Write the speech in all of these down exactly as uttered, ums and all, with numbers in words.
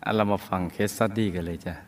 อ่ะเรามาฟังเคสสตัดดี้กันเลยจ้ะ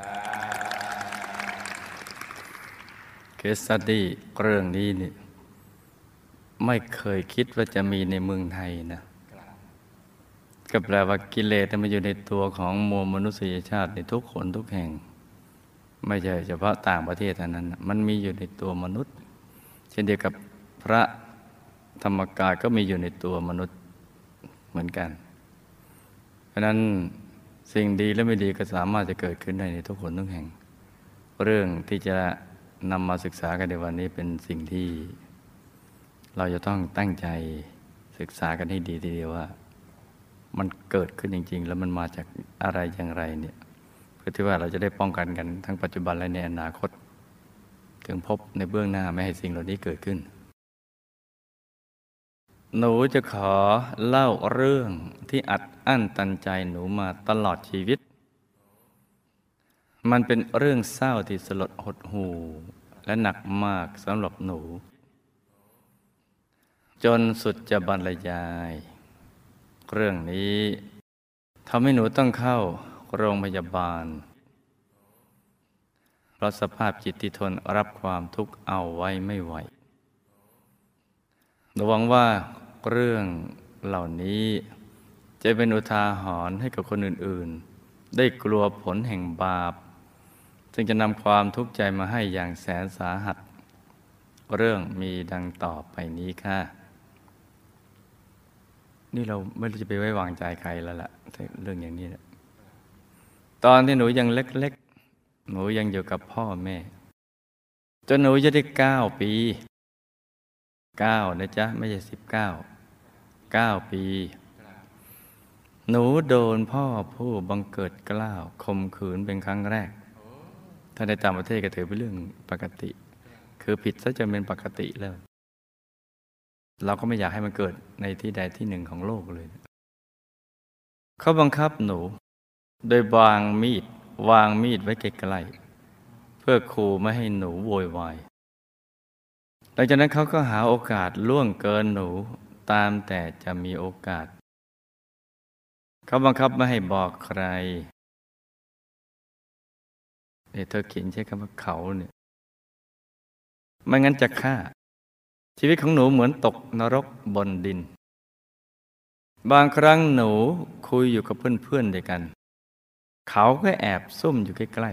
เคสสตัดดี้เรื่องนี้นี่ไม่เคยคิดว่าจะมีในเมืองไทยนะก็แปลว่ากิเลสมันอยู่ในตัวของมวลมนุษยชาติในทุกคนทุกแห่งไม่ใช่เฉพาะต่างประเทศเท่านั้นมันมีอยู่ในตัวมนุษย์เช่นเดียวกับพระธรรมกายก็มีอยู่ในตัวมนุษย์เหมือนกันเพราะนั้นสิ่งดีและไม่ดีก็สามารถจะเกิดขึ้นได้ในทุกคนทุกแห่งเรื่องที่จะนำมาศึกษากันในวันนี้เป็นสิ่งที่เราจะต้องตั้งใจศึกษากันให้ดีทีเดียวว่ามันเกิดขึ้นจริงๆแล้วมันมาจากอะไรอย่างไรเนี่ยเพื่อที่ว่าเราจะได้ป้องกันกันทั้งปัจจุบันและในอนาคตถึงพบในเบื้องหน้าไม่ให้สิ่งเหล่านี้เกิดขึ้นหนูจะขอเล่าเรื่องที่อัดอั้นตันใจหนูมาตลอดชีวิตมันเป็นเรื่องเศร้าที่สลดหดหู่และหนักมากสำหรับหนูจนสุดจะบรรยายเรื่องนี้ทำให้หนูต้องเข้าโรงพยาบาลเพราะสภาพจิตที่ทนรับความทุกข์เอาไว้ไม่ไหวหนูหวังว่าเรื่องเหล่านี้จะเป็นอุทาหรณ์ให้กับคนอื่นๆได้กลัวผลแห่งบาปซึ่งจะนำความทุกข์ใจมาให้อย่างแสนสาหัสเรื่องมีดังต่อไปนี้ค่ะนี่เราไม่รู้จะไปไว้วางใจใครแล้วล่ะเรื่องอย่างนี้แหละตอนที่หนูยังเล็กๆหนูยังอยู่กับพ่อแม่จนหนูจะได้เก้าปีเก้านะจ๊ะไม่ใช่สิบเก้าเก้าปีหนูโดนพ่อผู้บังเกิดเกล้าข่มขืนเป็นครั้งแรกถ้าในต่างประเทศก็ถือเป็นเรื่องปกติคือผิดซะจนเป็นปกติแล้วเราก็ไม่อยากให้มันเกิดในที่ใดที่หนึ่งของโลกเลยเขาบังคับหนูโดยวางมีดวางมีดไว้ใกล้ๆเพื่อขู่ไม่ให้หนูโวยวายหลังจากนั้นเขาก็หาโอกาสล่วงเกินหนูตามแต่จะมีโอกาสเขาบังคับไม่ให้บอกใครเอเธอเขียนใช้คำว่าเขาเนี่ยไม่งั้นจะฆ่าชีวิตของหนูเหมือนตกนรกบนดินบางครั้งหนูคุยอยู่กับเพื่อนๆด้วยกันเขาก็แอบซุ่มอยู่ใกล้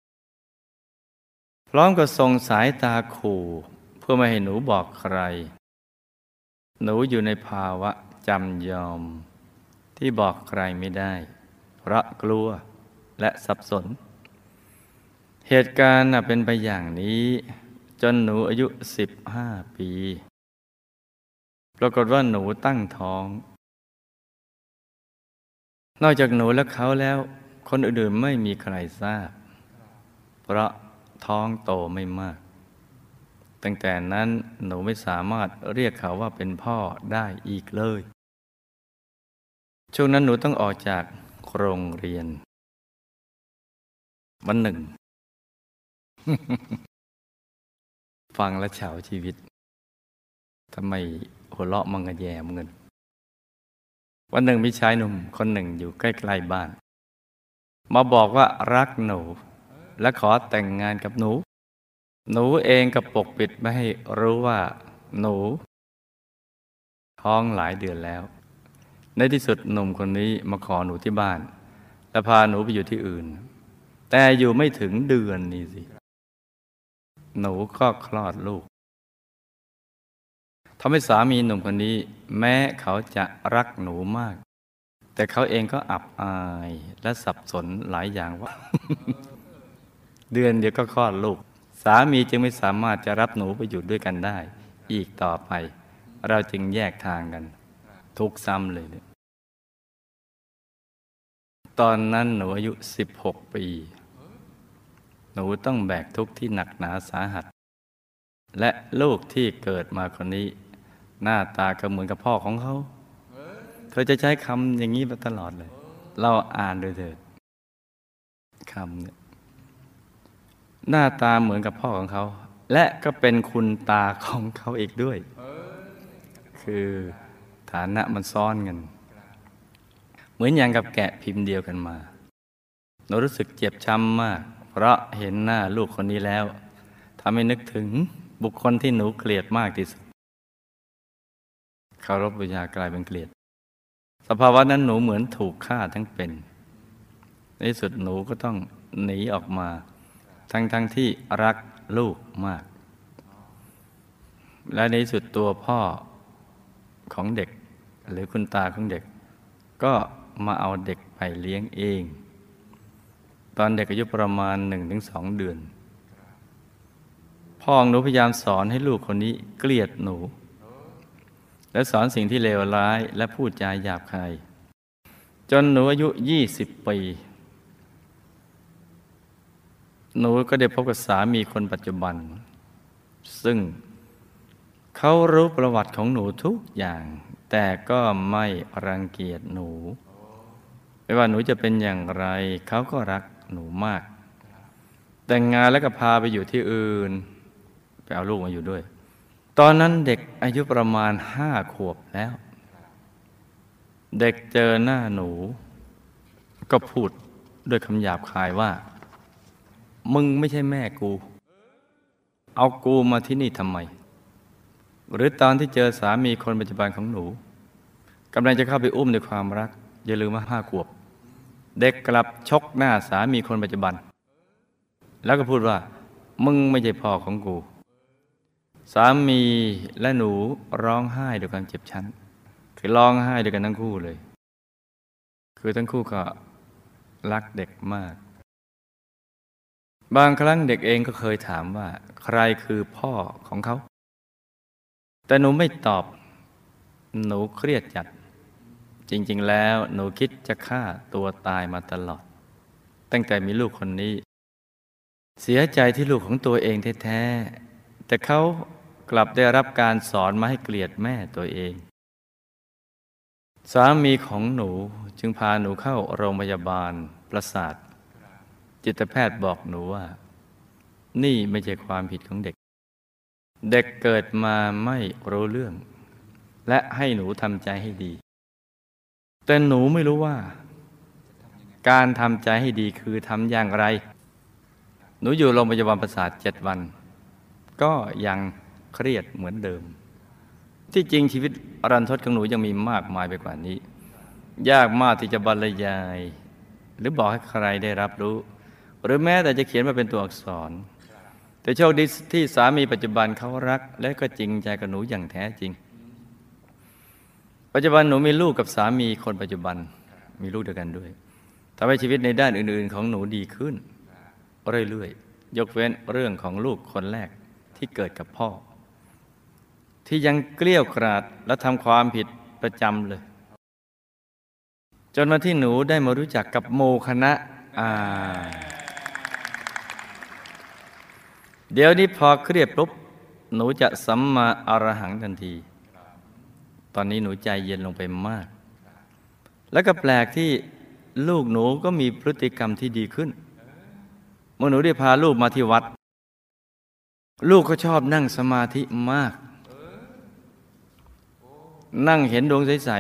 ๆพร้อมกับส่งสายตาขู่เพื่อไม่ให้หนูบอกใครหนูอยู่ในภาวะจำยอมที่บอกใครไม่ได้เพราะกลัวและสับสนเหตุการณ์เป็นไปอย่างนี้จนหนูอายุสิบห้าปีปรากฏว่าหนูตั้งท้องนอกจากหนูและเขาแล้วคนอื่นๆไม่มีใครทราบเพราะท้องโตไม่มากตั้งแต่นั้นหนูไม่สามารถเรียกเขาว่าเป็นพ่อได้อีกเลยช่วงนั้นหนูต้องออกจากโรงเรียนวันหนึ่ง ฟังแล้วเฉาชีวิตทำไมหัวเราะมังกรแย่เงินวันหนึ่งมีชายหนุ่มคนหนึ่งอยู่ใกล้ๆบ้านมาบอกว่ารักหนูและขอแต่งงานกับหนูหนูเองก็ปกปิดไม่ให้รู้ว่าหนูท้องหลายเดือนแล้วในที่สุดหนุ่มคนนี้มาขอหนูที่บ้านและพาหนูไปอยู่ที่อื่นแต่อยู่ไม่ถึงเดือนนี่สิหนูก็คลอดลูกทำให้สามีหนุ่มคนนี้แม้เขาจะรักหนูมากแต่เขาเองก็อับอายและสับสนหลายอย่างว่า เดือนเดียวก็คลอดลูกสามีจึงไม่สามารถจะรับหนูไปอยู่ด้วยกันได้อีกต่อไปเราจึงแยกทางกันทุกซ้ำเลยเนี่ยตอนนั้นหนูอายุสิบหกปีหนูต้องแบกทุกข์ที่หนักหนาสาหัสและลูกที่เกิดมาคนนี้หน้าตาก็เหมือนกับพ่อของเขาเธอจะใช้คำอย่างนี้มาตลอดเลยเราอ่านด้วยเถิดคำเนี่ยหน้าตาเหมือนกับพ่อของเขาและก็เป็นคุณตาของเขาอีกด้วยคือฐานะมันซ้อนกันเหมือนอย่างกับแกะพิมพ์เดียวกันมาหนูรู้สึกเจ็บช้ำมากเพราะเห็นหน้าลูกคนนี้แล้วทำให้นึกถึงบุคคลที่หนูเกลียดมากที่สุดเคารพบูชากลายเป็นเกลียดสภาวะนั้นหนูเหมือนถูกฆ่าทั้งเป็นในที่สุดหนูก็ต้องหนีออกมาทั้งทั้งที่รักลูกมากและในที่สุดตัวพ่อของเด็กหรือคุณตาของเด็กก็มาเอาเด็กไปเลี้ยงเองตอนเด็กอายุประมาณหนึ่งถึงสองเดือนพ่อของหนูพยายามสอนให้ลูกคนนี้เกลียดหนูและสอนสิ่งที่เลวร้ายและพูดจาหยาบคายจนหนูอายุยี่สิบปีหนูก็ได้พบกับสามีคนปัจจุบันซึ่งเขารู้ประวัติของหนูทุกอย่างแต่ก็ไม่รังเกียจหนูไม่ว่าหนูจะเป็นอย่างไรเขาก็รักหนูมากแต่งงานแล้วก็พาไปอยู่ที่อื่นไปเอาลูกมาอยู่ด้วยตอนนั้นเด็กอายุประมาณห้าขวบแล้วเด็กเจอหน้าหนูก็พูดด้วยคำหยาบคายว่ามึงไม่ใช่แม่กูเอากูมาที่นี่ทำไมหรือตอนที่เจอสามีคนปัจจุบันของหนูกำลังจะเข้าไปอุ้มด้วยความรักอย่าลืมว่าห้าขวบเด็กกลับชกหน้าสามีคนปัจจุบันแล้วก็พูดว่ามึงไม่ใช่พ่อของกูสามีและหนูร้องไห้ด้วยความเจ็บช้ำคือร้องไห้ด้วยกันทั้งคู่เลยคือทั้งคู่ก็รักเด็กมากบางครั้งเด็กเองก็เคยถามว่าใครคือพ่อของเขาแต่หนูไม่ตอบหนูเครียดจัดจริงๆแล้วหนูคิดจะฆ่าตัวตายมาตลอดตั้งแต่มีลูกคนนี้เสียใจที่ลูกของตัวเองแท้ๆแต่เขากลับได้รับการสอนมาให้เกลียดแม่ตัวเองสามีของหนูจึงพาหนูเข้าโรงพยาบาลประสาทจิตแพทย์บอกหนูว่านี่ไม่ใช่ความผิดของเด็กเด็กเกิดมาไม่รู้เรื่องและให้หนูทำใจให้ดีแต่หนูไม่รู้ว่าการทำใจให้ดีคือทำอย่างไรหนูอยู่โรงพยาบาลประสาทเจ็ดวันก็ยังเครียดเหมือนเดิมที่จริงชีวิตรันทดของหนูยังมีมากมายไปกว่านี้ยากมากที่จะบรรยายหรือบอกให้ใครได้รับรู้หรือแม้แต่จะเขียนมาเป็นตัวอักษรแต่โชคดีที่สามีปัจจุบันเขารักและก็จริงใจกับหนูอย่างแท้จริงปัจจุบันหนูมีลูกกับสามีคนปัจจุบันมีลูกเดียวกันด้วยทำให้ชีวิตในด้านอื่นๆของหนูดีขึ้นเรื่อยๆยกเว้นเรื่องของลูกคนแรกที่เกิดกับพ่อที่ยังเกลี้ยวกราดและทำความผิดประจำเลยจนมาที่หนูได้มารู้จักกับโมคณะอ่าเดี๋ยวนี้พอเครียดปุ๊บหนูจะสัมมาอรหังทันทีตอนนี้หนูใจเย็นลงไปมากแล้วก็แปลกที่ลูกหนูก็มีพฤติกรรมที่ดีขึ้นเมื่อหนูได้พาลูกมาที่วัดลูกก็ชอบนั่งสมาธิมากนั่งเห็นดวงใส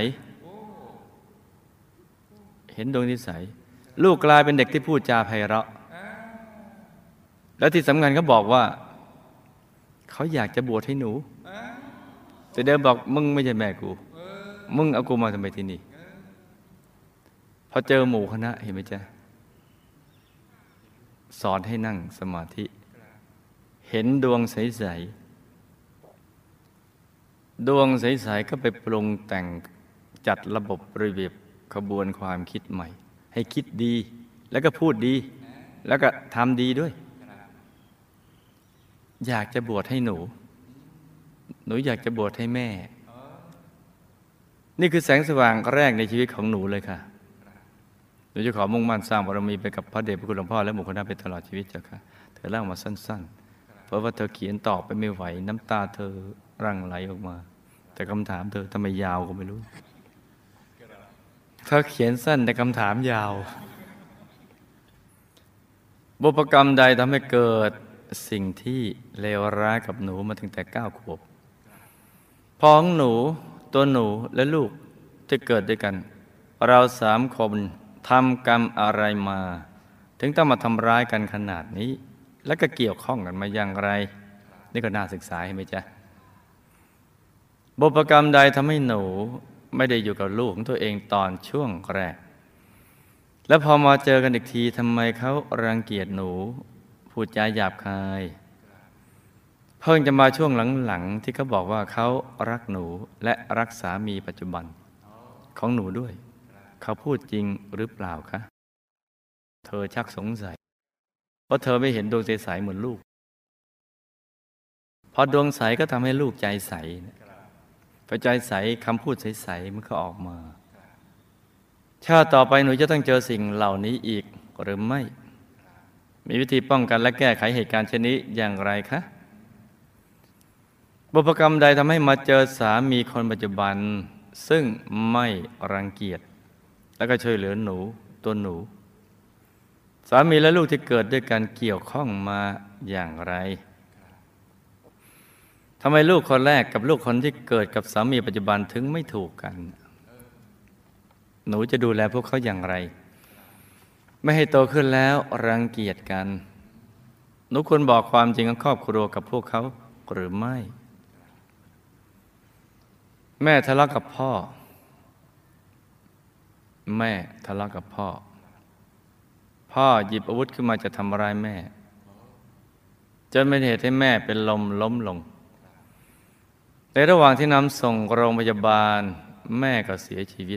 ๆเห็นดวงใสๆลูกกลายเป็นเด็กที่พูดจาไพเราะแล้วที่สำคัญเขาบอกว่าเขาอยากจะบวชให้หนูแต่เดิมบอกมึงไม่ใช่แม่กูมึงเอากูมาทำไมที่นี่พอเจอหมู่คณะเห็นไหมจ๊ะสอนให้นั่งสมาธิเห็นดวงใสๆดวงใสๆก็ไปปรุงแต่งจัดระบบระเบียบขบวนความคิดใหม่ให้คิดดีแล้วก็พูดดีแล้วก็ทำดีด้วยอยากจะบวชให้หนูหนูอยากจะบวชให้แม่นี่คือแสงสว่างแรกในชีวิตของหนูเลยค่ะหนูจะขอมุ่งมั่นสร้างบารมีไปกับพระเดชพระคุณหลวงพ่อและหมู่คณะไปตลอดชีวิตเจ้าค่ะเธอเล่ามาสั้นๆเพราะว่าเธอเขียนตอบไปไม่ไหวน้ำตาเธอรั่งไหลออกมาแต่คำถามเธอทำไมยาวก็ไม่รู้เธอเขียนสั้นแต่คำถามยาวบุพกรรมใดทำให้เกิดสิ่งที่เลวร้ายกับหนูมาตั้งแต่เก้าขวบพ้องหนูตัวหนูและลูกที่เกิดด้วยกันเราสามคนทำกรรมอะไรมาถึงต้องมาทำร้ายกันขนาดนี้ แล้วก็เกี่ยวข้องกันมาอย่างไรนี่ก็น่าศึกษาเห็นไหมจ๊ะบุพกรรมใดทำให้หนูไม่ได้อยู่กับลูกของตัวเองตอนช่วงแรกแล้วพอมาเจอกันอีกทีทำไมเขารังเกียจหนูพูดจาหยาบคายเพิ่งจะมาช่วงหลังๆที่เขาบอกว่าเขารักหนูและรักสามีปัจจุบันของหนูด้วยเขาพูดจริงหรือเปล่าคะเธอชักสงสัยเพราะเธอไม่เห็นดวงใสๆเหมือนลูกพอดวงใสก็ทำให้ลูกใจใสพอใจใสคำพูดใสๆมันก็ออกมาชาติต่อไปหนูจะต้องเจอสิ่งเหล่านี้อีกหรือไม่มีวิธีป้องกันและแก้ไขเหตุการณ์เช่นนี้อย่างไรคะบุพกรรมใดทำให้มาเจอสามีคนปัจจุบันซึ่งไม่รังเกียจและก็ช่วยเหลือหนูตัวหนูสามีและลูกที่เกิดด้วยกันเกี่ยวข้องมาอย่างไรทำไมลูกคนแรกกับลูกคนที่เกิดกับสามีปัจจุบันถึงไม่ถูกกันหนูจะดูแลพวกเขาอย่างไรไม่ให้โตขึ้นแล้วรังเกียจกันหนูควรบอกความจริงกับครอบครัวกับพวกเขาหรือไม่แม่ทะเลาะกับพ่อแม่ทะเลาะกับพ่อพ่อหยิบอาวุธขึ้นมาจะทำร้ายแม่จนเป็นเหตุให้แม่เป็นลมล้มลงในระหว่างที่นำส่งโรงพยาบาลแม่ก็เสียชีวิต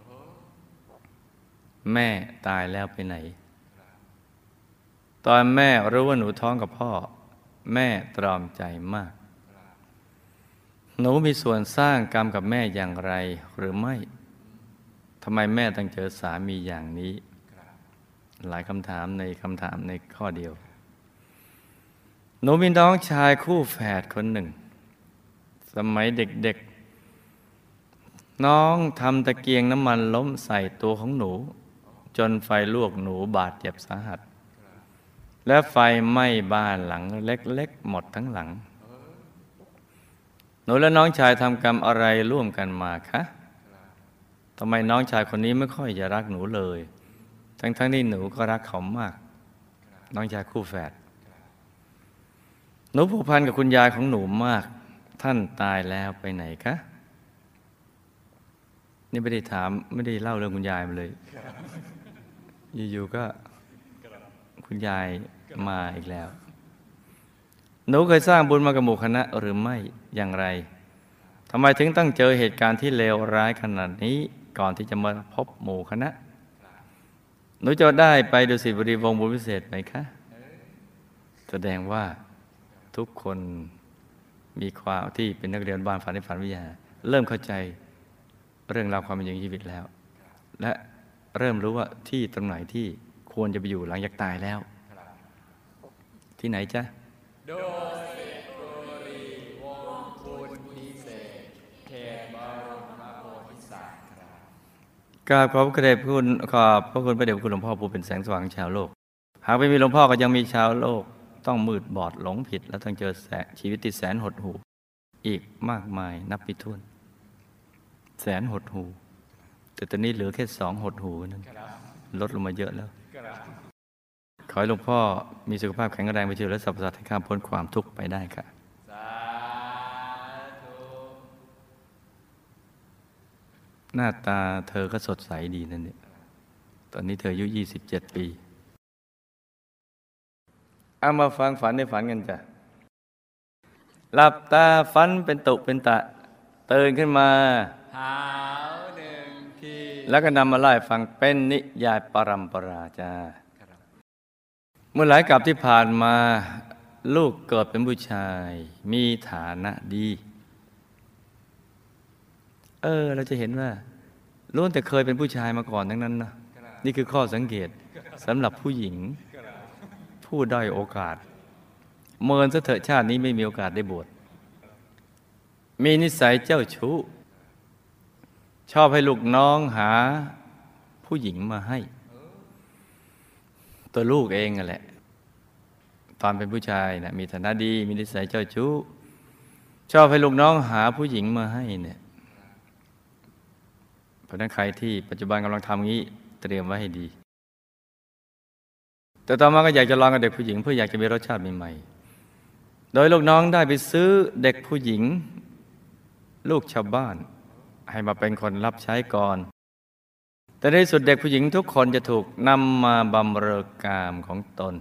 แม่ตายแล้วไปไหนตอนแม่รู้ว่าหนูท้องกับพ่อแม่ตรอมใจมากหนูมีส่วนสร้างกรรมกับแม่อย่างไรหรือไม่ทำไมแม่ต้องเจอสามีอย่างนี้หลายคำถามในคำถามในข้อเดียวหนูมีน้องชายคู่แฝดคนหนึ่งสมัยเด็กๆน้องทำตะเกียงน้ำมันล้มใส่ตัวของหนูจนไฟลวกหนูบาดเจ็บสาหัสและไฟไหม้บ้านหลังเล็กๆหมดทั้งหลังหนูและน้องชายทำกรรมอะไรร่วมกันมาคะทำไมน้องชายคนนี้ไม่ค่อยจะรักหนูเลยทั้งๆที่หนูก็รักเขามากน้องชายคู่แฝดหนูผูกพันกับคุณยายของหนูมากท่านตายแล้วไปไหนคะนี่ไม่ได้ถามไม่ได้เล่าเรื่องคุณยายมาเลยอยู่ๆก็คุณยายมาอีกแล้วหนูเคยสร้างบุญมากับหมู่คณะหรือไม่อย่างไรทำไมถึงต้องเจอเหตุการณ์ที่เลวร้ายขนาดนี้ก่อนที่จะมาพบหมู่คณะหนูจะได้ไปดุสิตบุรีวงศ์บุญพิเศษไหมคะแสดงว่าทุกคนมีความที่เป็นนักเรียนบ้านฝันในฝันวิทยาเริ่มเข้าใจเรื่องราวความเป็นอยู่ในชีวิตแล้วและเริ่มรู้ว่าที่ตรงไหนที่ควรจะไปอยู่หลังจากตายแล้วที่ไหนจ๊ะดุสิตบุรีวงศ์บุญพิเศษเขตบรมโพธิสัตว์ครับกราบขอบพระเดชคุณขอบพระคุณพระเดชคุณหลวงพ่อผู้เป็นแสงสว่างของชาวโลกหากไม่มีหลวงพ่อก็ยังมีชาวโลกต้องมืดบอดหลงผิดและต้องเจอแสชีวิตที่แสนหดหู่อีกมากมายนับไม่ถ้วนแสนหดหู่แต่ตอนนี้เหลือแค่สองหดหู่นั้นลดลงมาเยอะแล้วขอให้หลวงพ่อมีสุขภาพแข็งแรงไปเจอและสรรพสัตว์ให้ข้ามพ้นความทุกข์ไปได้ค่ะสาธุหน้าตาเธอก็สดใสดีนั่นเนี่ยตอนนี้เธออายุยี่สิบเจ็ดปีเอามาฟังฝันในฝันกันจ้ะหลับตาฝันเป็นตุเป็นตะตื่นขึ้นมาหาวหนึ่งทีแล้วก็นำมาไล่ฟังเป็นนิยายปรัมปราจ้าเมื่อหลายกับที่ผ่านมาลูกเกิดเป็นผู้ชายมีฐานะดีเออเราจะเห็นว่าล้วนแต่เคยเป็นผู้ชายมาก่อนทั้งนั้นนะนี่คือข้อสังเกตสำหรับผู้หญิงผู้ด้อยโอกาสเมินซะเถอะชาตินี้ไม่มีโอกาสได้บวชมีนิสัยเจ้าชู้ชอบให้ลูกน้องหาผู้หญิงมาให้ตัวลูกเองนั่นแหละตอนเป็นผู้ชายนะมีฐานะดีมีนิสัยเจ้าชู้ชอบให้ลูกน้องหาผู้หญิงมาให้เนี่ยเพราะนั้นใครที่ปัจจุบันกำลังทำงี้เตรียมไว้ให้ดีแต่ต่อมาก็อยากจะลองกับเด็กผู้หญิงเพื่ออยากจะมีรสชาติใหม่ๆโดยลูกน้องได้ไปซื้อเด็กผู้หญิงลูกชาวบ้านให้มาเป็นคนรับใช้ก่อนแต่ในที่สุดเด็กผู้หญิงทุกคนจะถูกนำมาบำเรอกามของตน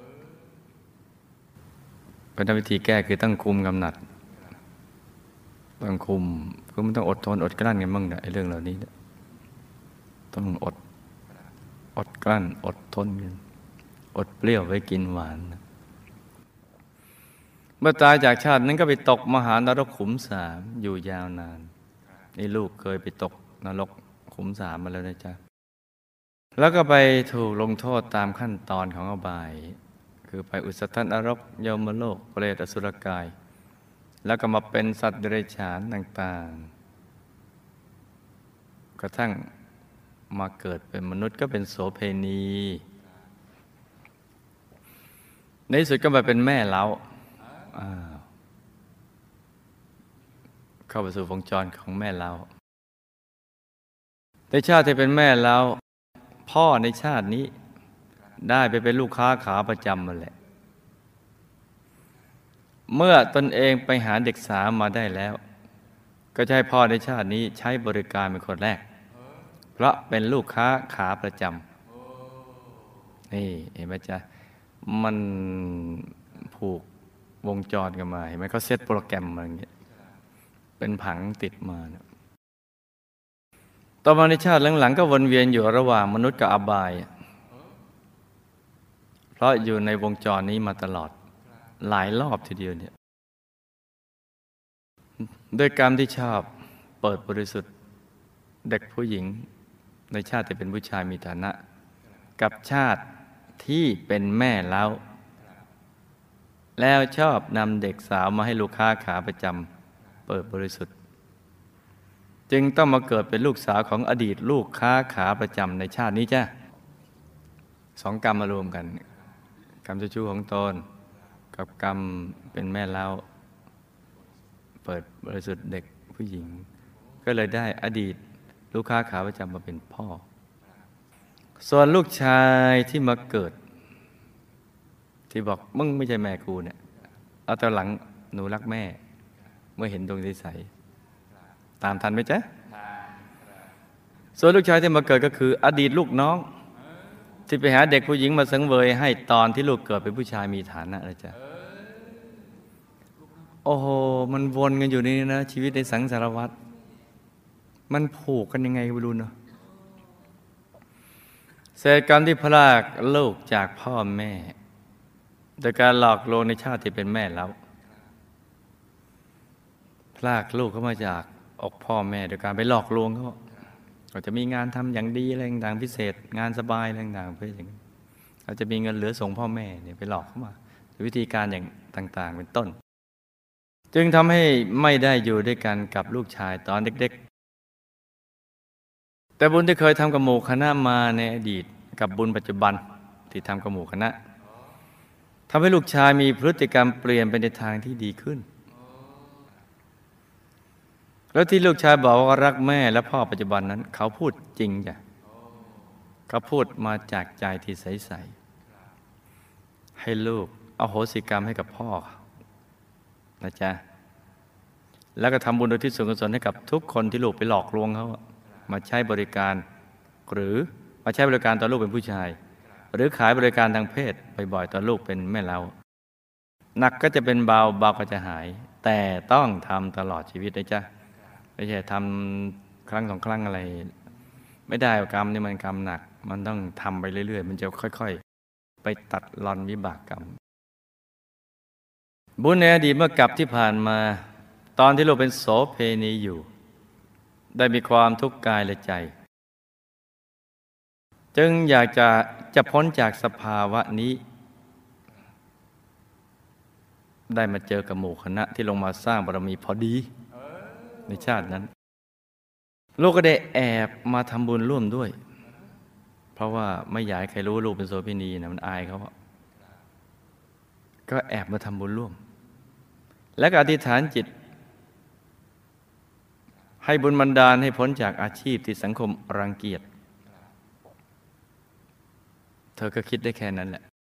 เป็นวิธีแก้คือต้องคุมกำหนัดต้องคุมคือมันต้องอดทนอดกลั้นกันบ้างนะไอ้เรื่องเหล่านี้นะต้องอดอดกลั้นอดทนกันอดเปรี้ยวไว้กินหวานนะเมื่อตายจากชาตินั้นก็ไปตกมหานรกขุมสามอยู่ยาวนานนี่ลูกเคยไปตกนรกขุมสามมาแล้วนะจ๊ะแล้วก็ไปถูกลงโทษตามขั้นตอนของอบายคือไปอุสธนรกยมโลกเปรตอสุรกายแล้วก็มาเป็นสัตว์เดรัจฉานต่างๆกระทั่งมาเกิดเป็นมนุษย์ก็เป็นโสเภณีในที่สุดก็มาเป็นแม่เล้าเข้าไปสู่วงจรของแม่เล้าในชาติที่เป็นแม่เล้าพ่อในชาตินี้ได้ไปเป็นลูกค้าขาประจำมาแหละเมื่อตนเองไปหาเด็กสาวมาได้แล้วก็จะให้พ่อในชาตินี้ใช้บริการเป็นคนแรกเพราะเป็นลูกค้าขาประจำนี่เห็นไหมจ๊ะมันผูกวงจรกันมาเห็นไหมเขาเซตโปรแกรมมาอย่างเงี้ยเป็นผังติดมานะต่อมาในชาติหลังๆก็วนเวียนอยู่ระหว่างมนุษย์กับอบายเพราะอยู่ในวงจรนี้มาตลอดหลายรอบทีเดียวเนี่ยด้วยกรรมที่ชอบเปิดบริสุทธิ์เด็กผู้หญิงในชาติที่เป็นผู้ชายมีฐานะกับชาติที่เป็นแม่เล้าแล้วชอบนำเด็กสาวมาให้ลูกค้าขาประจำเปิดบริสุทธิ์จึงต้องมาเกิดเป็นลูกสาวของอดีตลูกค้าขาประจำในชาตินี้จ้ะสองกรรมมารวมกันกรรมเจ้าชู้ของตนกับกรรมเป็นแม่เล้าเปิดบริสุทธิ์เด็กผู้หญิงก็เลยได้อดีตลูกค้าขาประจำมาเป็นพ่อส่วนลูกชายที่มาเกิดที่บอกมึงไม่ใช่แม่กูเนี่ยเอาตอนหลังหนูรักแม่เมื่อเห็นดวงใสๆตามทันไหมจ๊ะส่วนลูกชายที่มาเกิดก็คืออดีตลูกน้องที่ไปหาเด็กผู้หญิงมาสังเวยให้ตอนที่ลูกเกิดเป็นผู้ชายมีฐานะนะจ๊ะโอ้โหมันวนกันอยู่นี่นะชีวิตในสังสารวัฏมันผูกกันยังไงไม่รู้เนาะเศษกรรมที่พรากลูกจากพ่อแม่โดยการหลอกลวงในชาติที่เป็นแม่แล้วพรากลูกเขามาจากอกพ่อแม่โดยการไปหลอกลวงเขาเขาจะมีงานทำอย่างดีอะไรต่างๆพิเศษงานสบายอะไรต่างๆเพื่ออย่างเขาจะมีเงินเหลือส่งพ่อแม่เนี่ยไปหลอกเขามาวิธีการอย่างต่างๆเป็นต้นจึงทำให้ไม่ได้อยู่ด้วยกันกับลูกชายตอนเด็กๆแต่บุญที่เคยทำกับหมู่คณะมาในอดีตกับบุญปัจจุบันที่ทำกับหมู่คณะทำให้ลูกชายมีพฤติกรรมเปลี่ยนไปในทางที่ดีขึ้นแล้วที่ลูกชายบอกว่ารักแม่และพ่อปัจจุบันนั้นเขาพูดจริงจ้ะเขาพูดมาจากใจที่ใสๆให้ลูกอโหสิกรรมให้กับพ่อนะจ๊ะแล้วก็ทำบุญโดยที่ส่วนกุศลให้กับทุกคนที่ลูกไปหลอกลวงเขามาใช้บริการหรือมาใช้บริการตอนลูกเป็นผู้ชายหรือขายบริการทางเพศบ่อยๆตอนลูกเป็นแม่เล้าหนักก็จะเป็นเบาเบาก็จะหายแต่ต้องทำตลอดชีวิตนะจ๊ะไม่ใช่ทำครั้งสองครั้งอะไรไม่ได้กรรมนี่มันกรรมหนักมันต้องทำไปเรื่อยๆมันจะค่อยๆไปตัดรอนวิบากกรรมบุญในอดีตเมื่อกลับที่ผ่านมาตอนที่เราเป็นโสเพณีอยู่ได้มีความทุกข์กายและใจจึงอยากจะจะพ้นจากสภาวะนี้ได้มาเจอกับหมู่คณะที่ลงมาสร้างบารมีพอดีในชาตินั้นลูกก็ได้แอบมาทำบุญร่วมด้วยเพราะว่าไม่อยากให้ใครรู้ลูกเป็นโสเภณีนะมันอายเขาก็แอบมาทำบุญร่วมและก็อธิษฐานจิตให้บุญบันดาลให้พ้นจากอาชีพที่สังคมรังเกียจเธอก็คิดได้แค่นั้นแหละ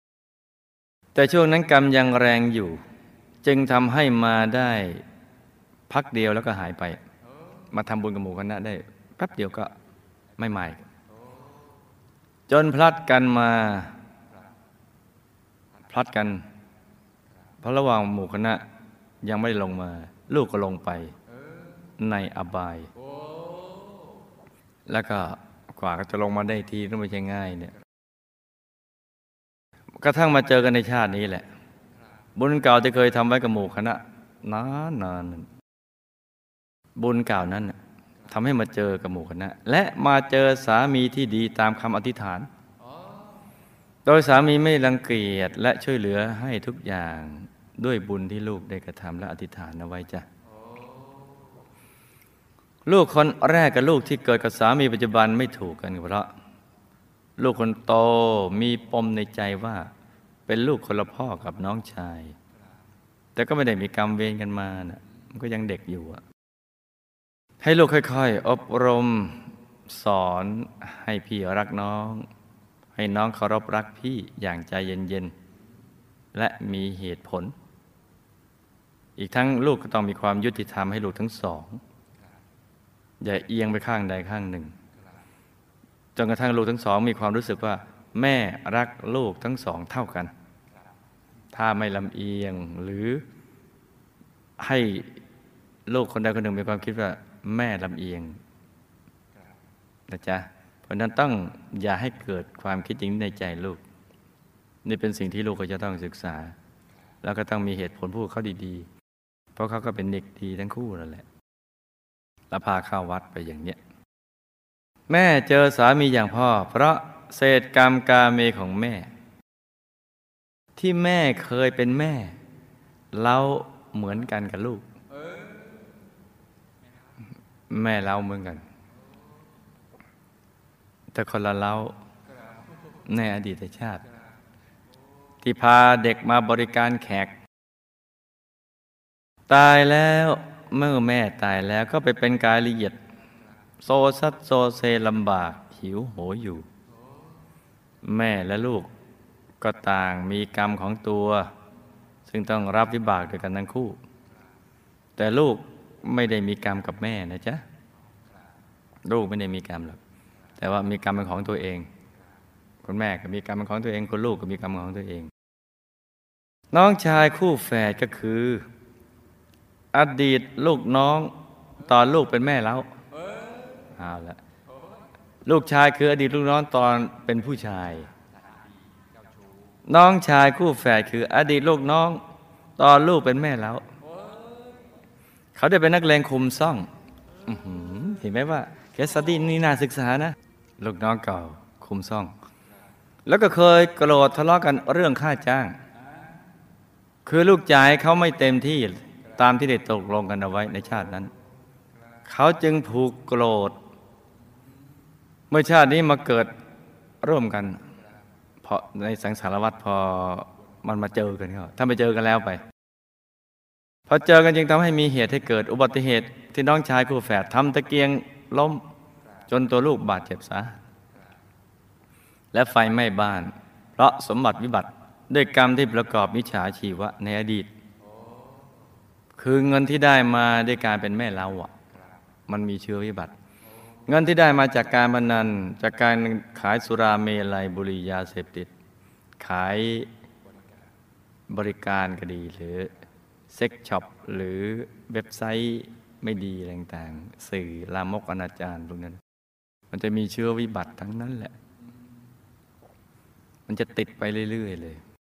แต่ช่วงนั้นกรรมยังแรงอยู่จึงทำให้มาได้พักเดียวแล้วก็หายไปมาทำบุญกับหมู่คณะได้แป๊บเดียวก็ไม่ใหม่จนพลัดกันมาพลัดกันเพราะระหว่างหมู่คณะยังไม่ได้ลงมาลูกก็ลงไปในอบายแล้วก็กว่าจะลงมาได้ทีนั้นไม่ใช่ง่ายเนี่ยกระทั่งมาเจอกันในชาตินี้แหละบุญเก่าที่เคยทำไว้กับหมู่คณะนานนานบุญเก่านั้นทำให้มาเจอกับหมู่คณะและมาเจอสามีที่ดีตามคำอธิษฐานโดยสามีไม่รังเกียจและช่วยเหลือให้ทุกอย่างด้วยบุญที่ลูกได้กระทำและอธิษฐานเอาไว้จ้ะลูกคนแรกกับลูกที่เกิดกับสามีปัจจุบันไม่ถูกกันเพราะลูกคนโตมีปมในใจว่าเป็นลูกคนละพ่อกับน้องชายแต่ก็ไม่ได้มีกรรมเวรกันมานะมันก็ยังเด็กอยู่อะให้ลูกค่อยๆอบรมสอนให้พี่รักน้องให้น้องเคารพรักพี่อย่างใจเย็นๆและมีเหตุผลอีกทั้งลูกก็ต้องมีความยุติธรรมให้ลูกทั้งสองอย่าเอียงไปข้างใดข้างหนึ่งจนกระทั่งลูกทั้งสองมีความรู้สึกว่าแม่รักลูกทั้งสองเท่ากันถ้าไม่ลำเอียงหรือให้ลูกคนใดคนหนึ่งมีความคิดว่าแม่ลำเอียงนะจ๊ะเพราะนั้นต้องอย่าให้เกิดความคิดอย่างนี้ในใจลูกนี่เป็นสิ่งที่ลูกก็จะต้องศึกษาแล้วก็ต้องมีเหตุผลพูดเขาดีๆเพราะเขาก็เป็นเด็กดีทั้งคู่นั่นแหละแล้วพาเข้าวัดไปอย่างเนี้ยแม่เจอสามีอย่างพ่อเพราะเศษกรรมกาเมของแม่ที่แม่เคยเป็นแม่เราเหมือนกันกับลูกแม่เราเหมือนกันแต่คนละเราในอดีตชาติที่พาเด็กมาบริการแขกตายแล้วเมื่อแม่ตายแล้วก็ไปเป็นกายละเอียดโซซัดโซเซลำบากหิวโหยอยู่แม่และลูกก็ต่างมีกรรมของตัวซึ่งต้องรับวิบากด้วยกันทั้งคู่แต่ลูกไม่ได้มีกรรมกับแม่นะจ๊ะลูกไม่ได้มีกรรมหรอกแต่ว่ามีกรรมเป็นของตัวเองคุณแม่ก็มีกรรมเป็นของตัวเองคุณลูกก็มีกรรมของตัวเองน้องชายคู่แฝดก็คืออดีตลูกน้องตอนลูกเป็นแม่แล้วเอาละลูกชายคืออดีตลูกน้องตอนเป็นผู้ชายน้องชายคู่แฝดคืออดีตลูกน้องตอนลูกเป็นแม่แล้วเขาได้เป็นนักเลงคุมซ่องเห็นไหมว่าแคสตี้นี่น่าศึกษานะลูกน้องเก่าคุมซ่องแล้วก็เคยโกรธทะเลาะกันเรื่องค่าจ้างคือลูกจ่ายเขาไม่เต็มที่ตามที่ได้ตกลงกันเอาไว้ในชาตินั้นเขาจึงผูกโกรธเมื่อชาตินี้มาเกิดร่วมกันเพราะในสังสารวัฏพอมันมาเจอกันเขาถ้าไม่เจอกันแล้วไปพอเจอกันจึงทำให้มีเหตุให้เกิดอุบัติเหตุที่น้องชายคู่แฝดทำตะเกียงล้มจนตัวลูกบาดเจ็บสาหัสและไฟไหม้บ้านเพราะสมบัติวิบัติด้วยกรรมที่ประกอบมิจฉาชีวะในอดีตคือเงินที่ได้มาด้วยการเป็นแม่เล้าอ่ะมันมีเชื้อวิบัติเงินที่ได้มาจากการพนันจากการขายสุราเมลัยบุหรี่ยาเสพติดขายบริการก็ดีหรือเซ็กช็อปหรือเว็บไซต์ไม่ดีต่างๆสื่อลามกอนาจารพวกนั้นมันจะมีเชื้อวิบัติทั้งนั้นแหละมันจะติดไปเรื่อยๆเลย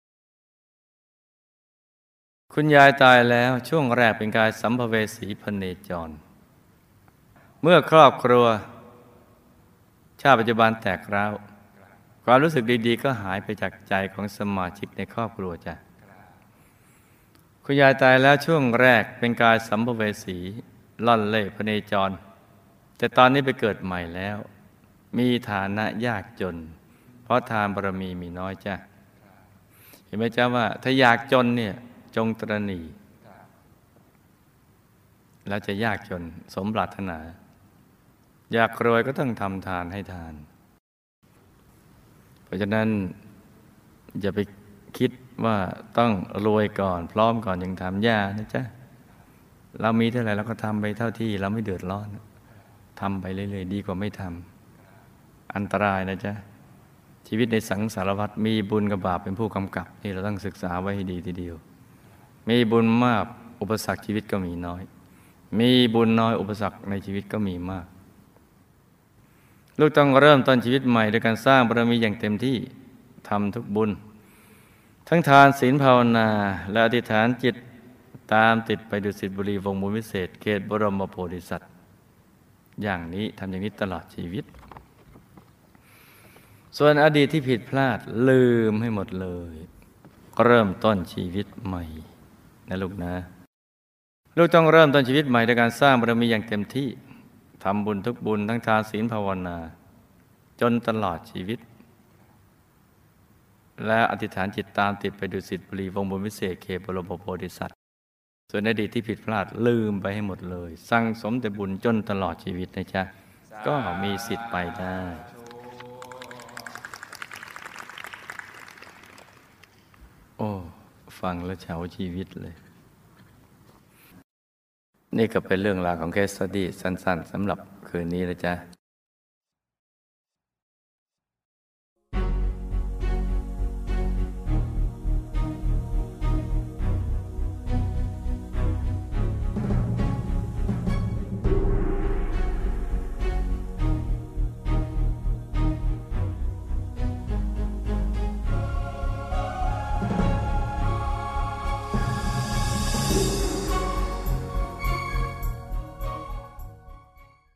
คุณยายตายแล้วช่วงแรกเป็นกายสัมภเวสีพเนจรเมื่อครอบครัวชาติปัจจุบันแตกร้าวความรู้สึกดีๆก็หายไปจากใจของสมาชิกในครอบครัวจ้ะคุณยายตายแล้วช่วงแรกเป็นกายสัมภเวสีล่อนเล่พเนจรแต่ตอนนี้ไปเกิดใหม่แล้วมีฐานะยากจนเพราะทานบารมีมีน้อยจ้ะเห็นไหมจ๊ะว่าถ้าอยากจนเนี่ยจงตระหนี่แล้วจะยากจนสมปรารถนาอยากรวยก็ต้องทำทานให้ทานเพราะฉะนั้นอย่าไปคิดว่าต้องรวยก่อนพร้อมก่อนยังทำยากนะจ๊ะเรามีเท่าไหร่เราก็ทำไปเท่าที่เราไม่เดือดร้อนทำไปเรื่อยๆดีกว่าไม่ทำอันตรายนะจ๊ะชีวิตในสังสารวัฏมีบุญกับบาปเป็นผู้กำกับนี่เราต้องศึกษาไว้ให้ดีทีเดียวมีบุญมากอุปสรรคชีวิตก็มีน้อยมีบุญน้อยอุปสรรคในชีวิตก็มีมากลูกต้องเริ่มต้นชีวิตใหม่โดยการสร้างบารมีอย่างเต็มที่ทำทุกบุญทั้งทานศีลภาวนาและอธิษฐานจิตตามติดไปดุสิตบุรีวงศ์บุญวิเศษเขตบรมโพธิสัตว์อย่างนี้ทำอย่างนี้ตลอดชีวิตส่วนอดีตที่ผิดพลาดลืมให้หมดเลยเริ่มต้นชีวิตใหม่นะลูกนะลูกต้องเริ่มต้นชีวิตใหม่โดยการสร้างบารมีอย่างเต็มที่ทำบุญทุกบุญทั้งทานศีลภาวนาจนตลอดชีวิตและอธิษฐานจิตตามติดไปดุสิตบุรีวงศ์บุญวิเศษเขตบรมโพธิสัตว์ส่วนอดีตที่ผิดพลาดลืมไปให้หมดเลยสั่งสมแต่บุญจนตลอดชีวิตนะจ๊ะก็มีสิทธิ์ไปได้โอ้ฟังแล้วเฉาชีวิตเลยนี่ก็เป็นเรื่องราวของเคสสตี้สั้นๆสำหรับคืนนี้นะจ๊ะ